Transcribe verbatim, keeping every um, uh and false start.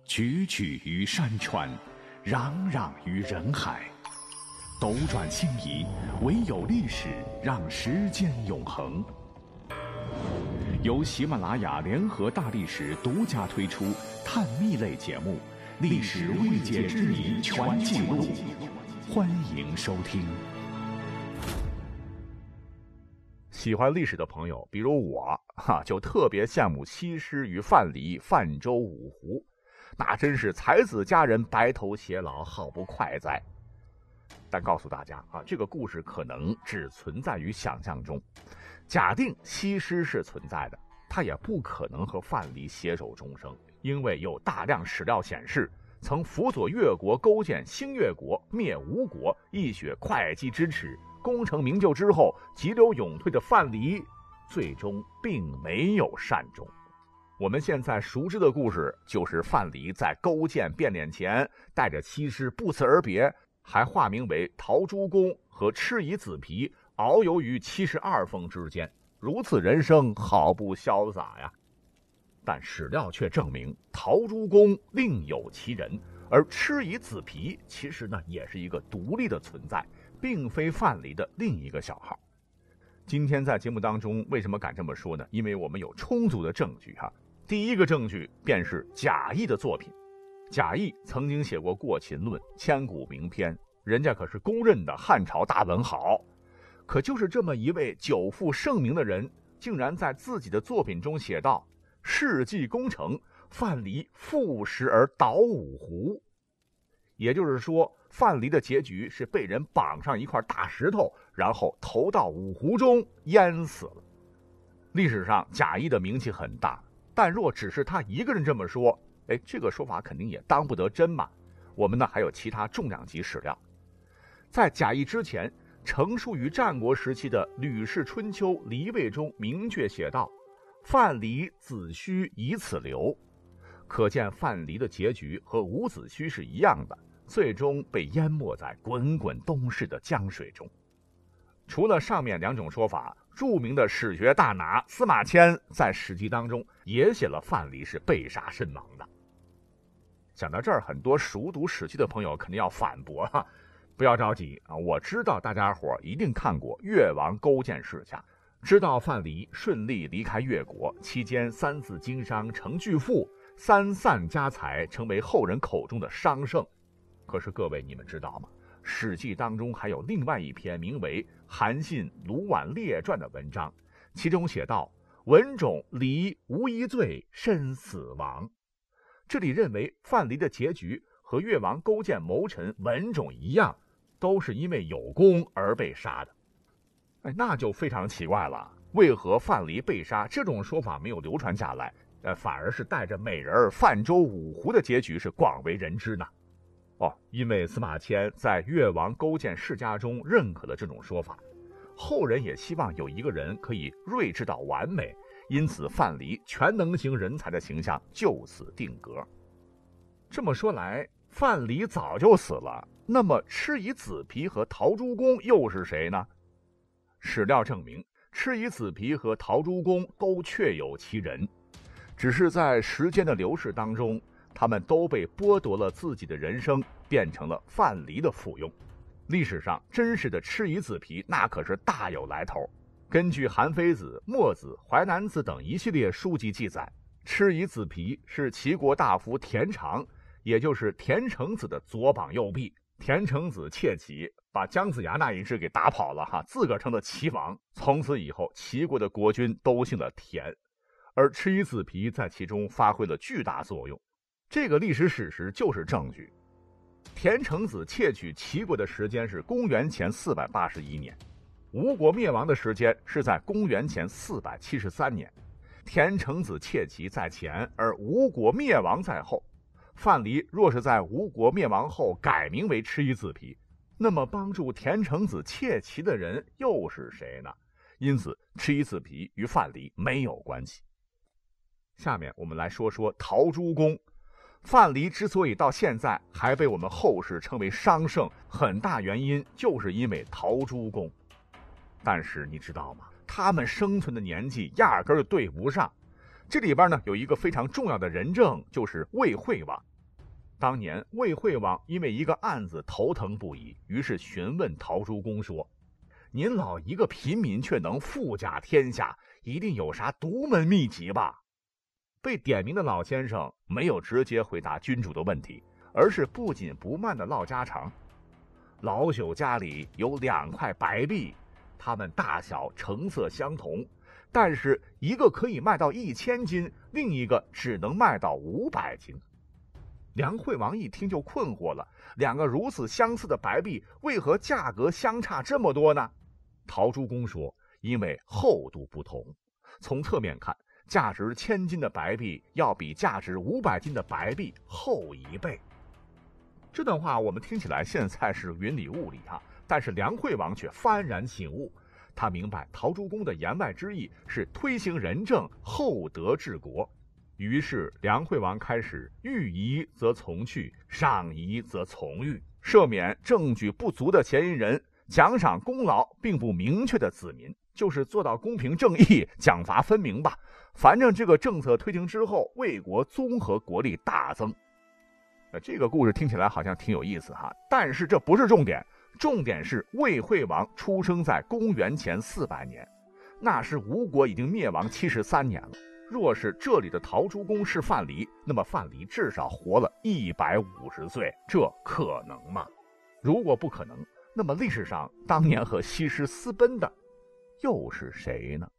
踽踽于山川，攘攘于人海，斗转星移，唯有历史让时间永恒。由喜马拉雅联合大历史独家推出探秘类节目《历史未解之谜全记录》，欢迎收听。 喜欢历史的朋友，比如我哈，就特别羡慕西施与范蠡泛舟五湖，那真是才子佳人，白头偕老，好不快哉。但告诉大家啊，这个故事可能只存在于想象中。假定西施是存在的，他也不可能和范蠡携手终生，因为有大量史料显示，曾辅佐越国勾践兴越国，灭吴国，一雪会稽之耻，功成名就之后急流勇退的范蠡，最终并没有善终。我们现在熟知的故事就是范蠡在勾践变脸前带着西施不辞而别，还化名为陶朱公，和蚩夷子皮遨游于七十二峰之间，如此人生好不潇洒呀。但史料却证明陶朱公另有其人，而蚩夷子皮其实呢也是一个独立的存在，并非范蠡的另一个小号。今天在节目当中为什么敢这么说呢？因为我们有充足的证据哈。第一个证据便是贾谊的作品。贾谊曾经写过《过秦论》，千古名篇，人家可是公认的汉朝大文豪。可就是这么一位久负盛名的人，竟然在自己的作品中写道：事迹功成，范蠡负石而倒五湖。也就是说，范蠡的结局是被人绑上一块大石头，然后投到五湖中淹死了。历史上贾谊的名气很大，但若只是他一个人这么说，哎，这个说法肯定也当不得真嘛。我们呢还有其他重量级史料。在贾谊之前，成书于战国时期的《吕氏春秋·离位》中明确写道：范蠡子虚以此流。可见范蠡的结局和伍子胥是一样的，最终被淹没在滚滚东逝的江水中。除了上面两种说法，著名的史学大拿司马迁在《史记》当中也写了范蠡是被杀身亡的。讲到这儿，很多熟读《史记》的朋友肯定要反驳哈，不要着急啊！我知道大家伙一定看过越王勾践世家，知道范蠡顺利离开越国期间，三次经商成巨富，三散家财，成为后人口中的商圣。可是各位，你们知道吗？《史记》当中还有另外一篇名为《韩信卢绾列传》的文章，其中写道：文种离无一罪，身死亡。这里认为范蠡的结局和越王勾践谋臣文种一样，都是因为有功而被杀的。哎，那就非常奇怪了，为何范蠡被杀这种说法没有流传下来，呃，反而是带着美人泛舟五湖的结局是广为人知呢？哦，因为司马迁在越王勾践世家中认可了这种说法，后人也希望有一个人可以睿智到完美，因此范蠡全能型人才的形象就此定格。这么说来，范蠡早就死了，那么蚩夷子皮和陶朱公又是谁呢？史料证明，蚩夷子皮和陶朱公都确有其人，只是在时间的流逝当中，他们都被剥夺了自己的人生，变成了范蠡的附庸。历史上真实的蚩夷子皮那可是大有来头。根据韩非子、墨子、淮南子等一系列书籍记载，蚩夷子皮是齐国大夫田常，也就是田成子的左膀右臂。田成子窃齐，把姜子牙那一支给打跑了哈，自个成了齐王。从此以后，齐国的国君都姓了田，而蚩夷子皮在其中发挥了巨大作用。这个历史史实就是证据。田成子窃取齐国的时间是公元前四百八十一年，吴国灭亡的时间是在公元前四百七十三年。田成子窃齐在前，而吴国灭亡在后。范蠡若是在吴国灭亡后改名为蚩夷子皮，那么帮助田成子窃齐的人又是谁呢？因此蚩夷子皮与范蠡没有关系。下面我们来说说陶朱公。范蠡之所以到现在还被我们后世称为商圣，很大原因就是因为陶朱公。但是你知道吗？他们生存的年纪压根儿就对不上。这里边呢有一个非常重要的人证，就是魏惠王。 当年魏惠王因为一个案子头疼不已，于是询问陶朱公说：您老一个平民却能富甲天下，一定有啥独门秘籍吧？被点名的老先生没有直接回答君主的问题，而是不紧不慢地唠家常。老朽家里有两块白璧，它们大小成色相同，但是一个可以卖到一千斤，另一个只能卖到五百斤。梁惠王一听就困惑了，两个如此相似的白璧，为何价格相差这么多呢？陶朱公说，因为厚度不同。从侧面看，价值千斤的白璧要比价值五百斤的白璧厚一倍。这段话我们听起来现在是云里雾里啊，但是梁惠王却幡然醒悟，他明白陶朱公的言外之意是推行仁政，厚德治国。于是梁惠王开始欲疑则从去，赏疑则从欲，赦免证据不足的嫌疑人，奖赏功劳并不明确的子民，就是做到公平正义，奖罚分明吧。反正这个政策推行之后，魏国综合国力大增。这个故事听起来好像挺有意思哈，但是这不是重点，重点是魏惠王出生在公元前四百年，那时吴国已经灭亡七十三年了。若是这里的陶朱公是范蠡，那么范蠡至少活了一百五十岁，这可能吗？如果不可能，那么历史上当年和西施私奔的又是谁呢？